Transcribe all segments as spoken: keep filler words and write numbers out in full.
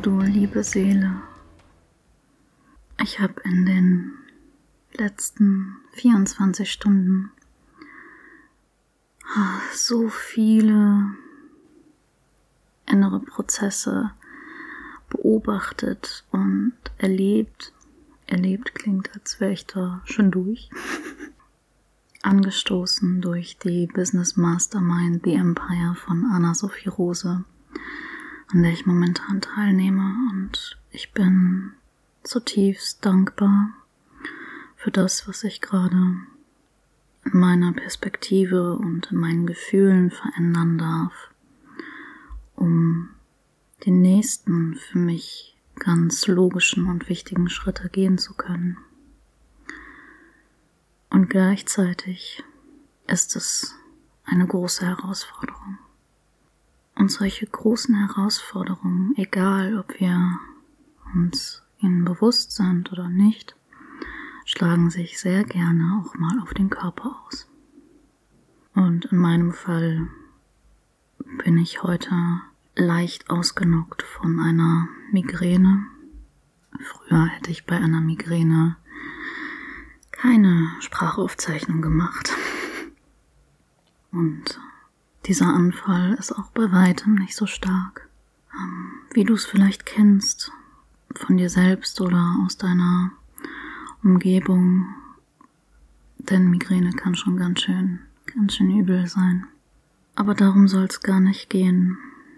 du liebe Seele, ich habe in den letzten vierundzwanzig Stunden so viele innere Prozesse beobachtet und erlebt. Erlebt klingt, als wäre ich da schon durch. Angestoßen durch die Business Mastermind The Empire von Anna-Sophie Rose, an der ich momentan teilnehme, und ich bin zutiefst dankbar für das, was ich gerade in meiner Perspektive und in meinen Gefühlen verändern darf, um die nächsten für mich ganz logischen und wichtigen Schritte gehen zu können. Und gleichzeitig ist es eine große Herausforderung. Und solche großen Herausforderungen, egal ob wir uns ihnen bewusst sind oder nicht, schlagen sich sehr gerne auch mal auf den Körper aus. Und in meinem Fall bin ich heute leicht ausgenockt von einer Migräne. Früher hätte ich bei einer Migräne keine Sprachaufzeichnung gemacht. Und dieser Anfall ist auch bei weitem nicht so stark, ähm, wie du es vielleicht kennst, von dir selbst oder aus deiner Umgebung. Denn Migräne kann schon ganz schön, ganz schön übel sein. Aber darum soll es gar nicht gehen,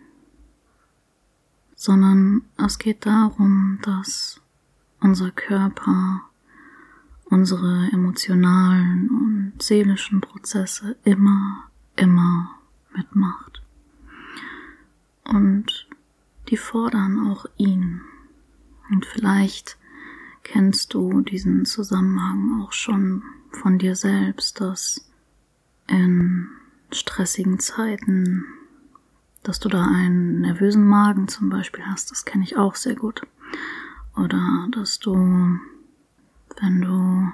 sondern es geht darum, dass unser Körper unsere emotionalen und seelischen Prozesse immer, immer mitmacht. Und die fordern auch ihn. Und vielleicht kennst du diesen Zusammenhang auch schon von dir selbst, dass in stressigen Zeiten, dass du da einen nervösen Magen zum Beispiel hast, das kenne ich auch sehr gut. Oder dass du, wenn du,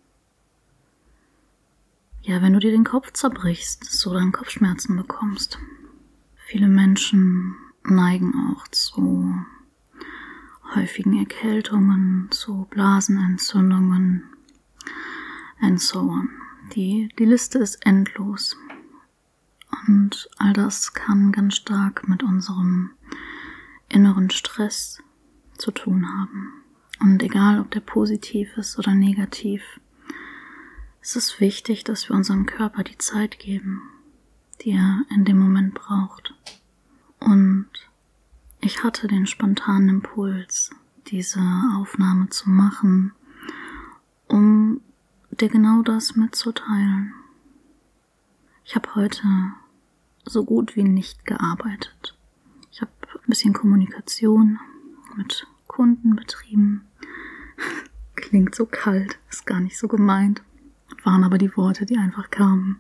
ja, wenn du dir den Kopf zerbrichst, so dann Kopfschmerzen bekommst. Viele Menschen neigen auch zu häufigen Erkältungen, zu Blasenentzündungen and so on. Die, die Liste ist endlos. Und all das kann ganz stark mit unserem inneren Stress zu tun haben. Und egal, ob der positiv ist oder negativ, es ist wichtig, dass wir unserem Körper die Zeit geben, die er in dem Moment braucht. Und ich hatte den spontanen Impuls, diese Aufnahme zu machen, um dir genau das mitzuteilen. Ich habe heute so gut wie nicht gearbeitet. Ich habe ein bisschen Kommunikation mit Kunden betrieben. Klingt so kalt, ist gar nicht so gemeint. Waren aber die Worte, die einfach kamen.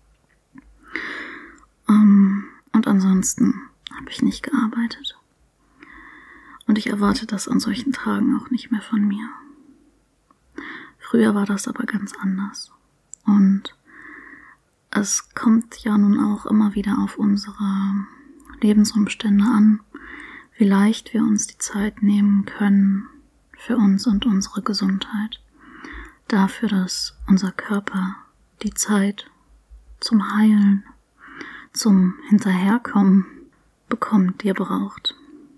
Um, und ansonsten habe ich nicht gearbeitet. Und ich erwarte das an solchen Tagen auch nicht mehr von mir. Früher war das aber ganz anders. Und es kommt ja nun auch immer wieder auf unsere Lebensumstände an, wie leicht wir uns die Zeit nehmen können für uns und unsere Gesundheit. Dafür, dass unser Körper die Zeit zum Heilen, zum Hinterherkommen bekommt, die er braucht.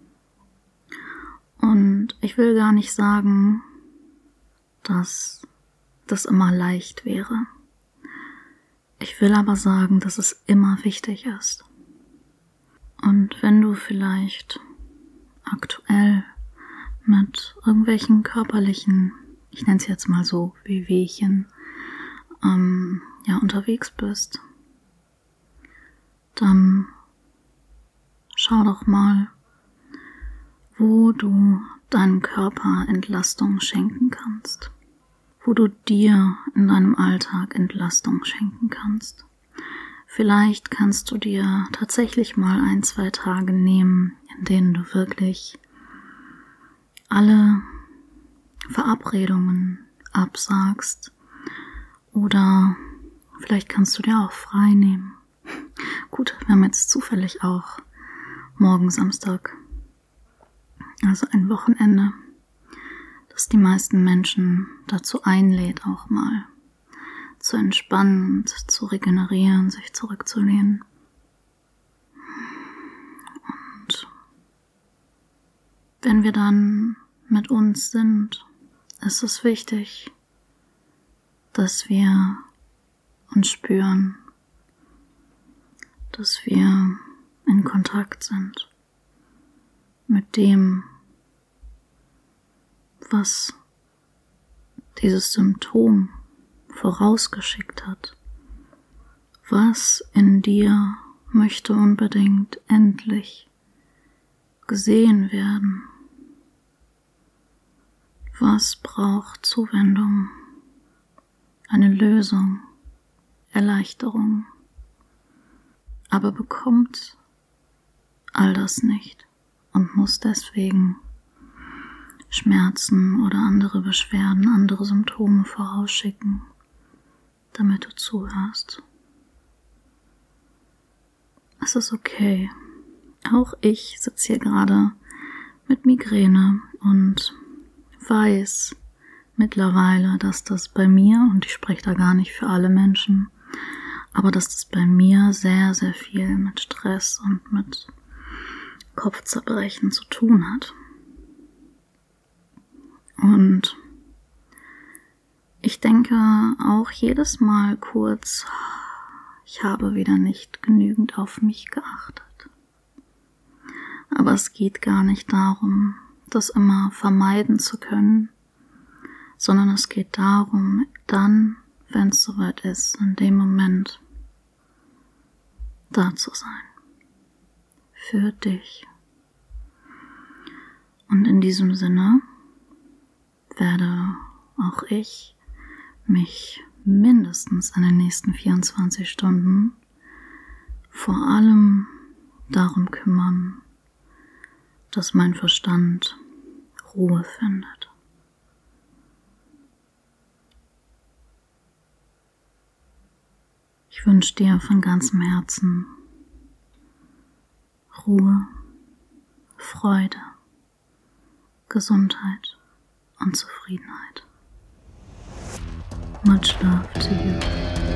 Und ich will gar nicht sagen, dass das immer leicht wäre. Ich will aber sagen, dass es immer wichtig ist. Und wenn du vielleicht aktuell mit irgendwelchen körperlichen, ich nenne es jetzt mal so, Wehwehchen, ähm, ja, unterwegs bist, dann schau doch mal, wo du deinem Körper Entlastung schenken kannst, wo du dir in deinem Alltag Entlastung schenken kannst. Vielleicht kannst du dir tatsächlich mal ein, zwei Tage nehmen, in denen du wirklich alle Verabredungen absagst, oder vielleicht kannst du dir auch frei nehmen. Gut, wir haben jetzt zufällig auch morgen Samstag Also ein Wochenende, das die meisten Menschen dazu einlädt, auch mal zu entspannen, zu regenerieren, sich zurückzulehnen. Und wenn wir dann mit uns sind, ist es wichtig, dass wir uns spüren, dass wir in Kontakt sind mit dem, was dieses Symptom vorausgeschickt hat. Was in dir möchte unbedingt endlich gesehen werden? Was braucht Zuwendung, eine Lösung, Erleichterung, aber bekommt all das nicht und muss deswegen Schmerzen oder andere Beschwerden, andere Symptome vorausschicken, damit du zuhörst. Es ist okay. Auch ich sitze hier gerade mit Migräne und weiß mittlerweile, dass das bei mir, und ich spreche da gar nicht für alle Menschen, aber dass das bei mir sehr, sehr viel mit Stress und mit Kopfzerbrechen zu tun hat. Und ich denke auch jedes Mal kurz, ich habe wieder nicht genügend auf mich geachtet. Aber es geht gar nicht darum, das immer vermeiden zu können, sondern es geht darum, dann, wenn es soweit ist, in dem Moment da zu sein. Für dich. Und in diesem Sinne werde auch ich mich mindestens in den nächsten vierundzwanzig Stunden vor allem darum kümmern, dass mein Verstand Ruhe findet. Ich wünsche dir von ganzem Herzen Ruhe, Freude, Gesundheit und Zufriedenheit. Much love to you.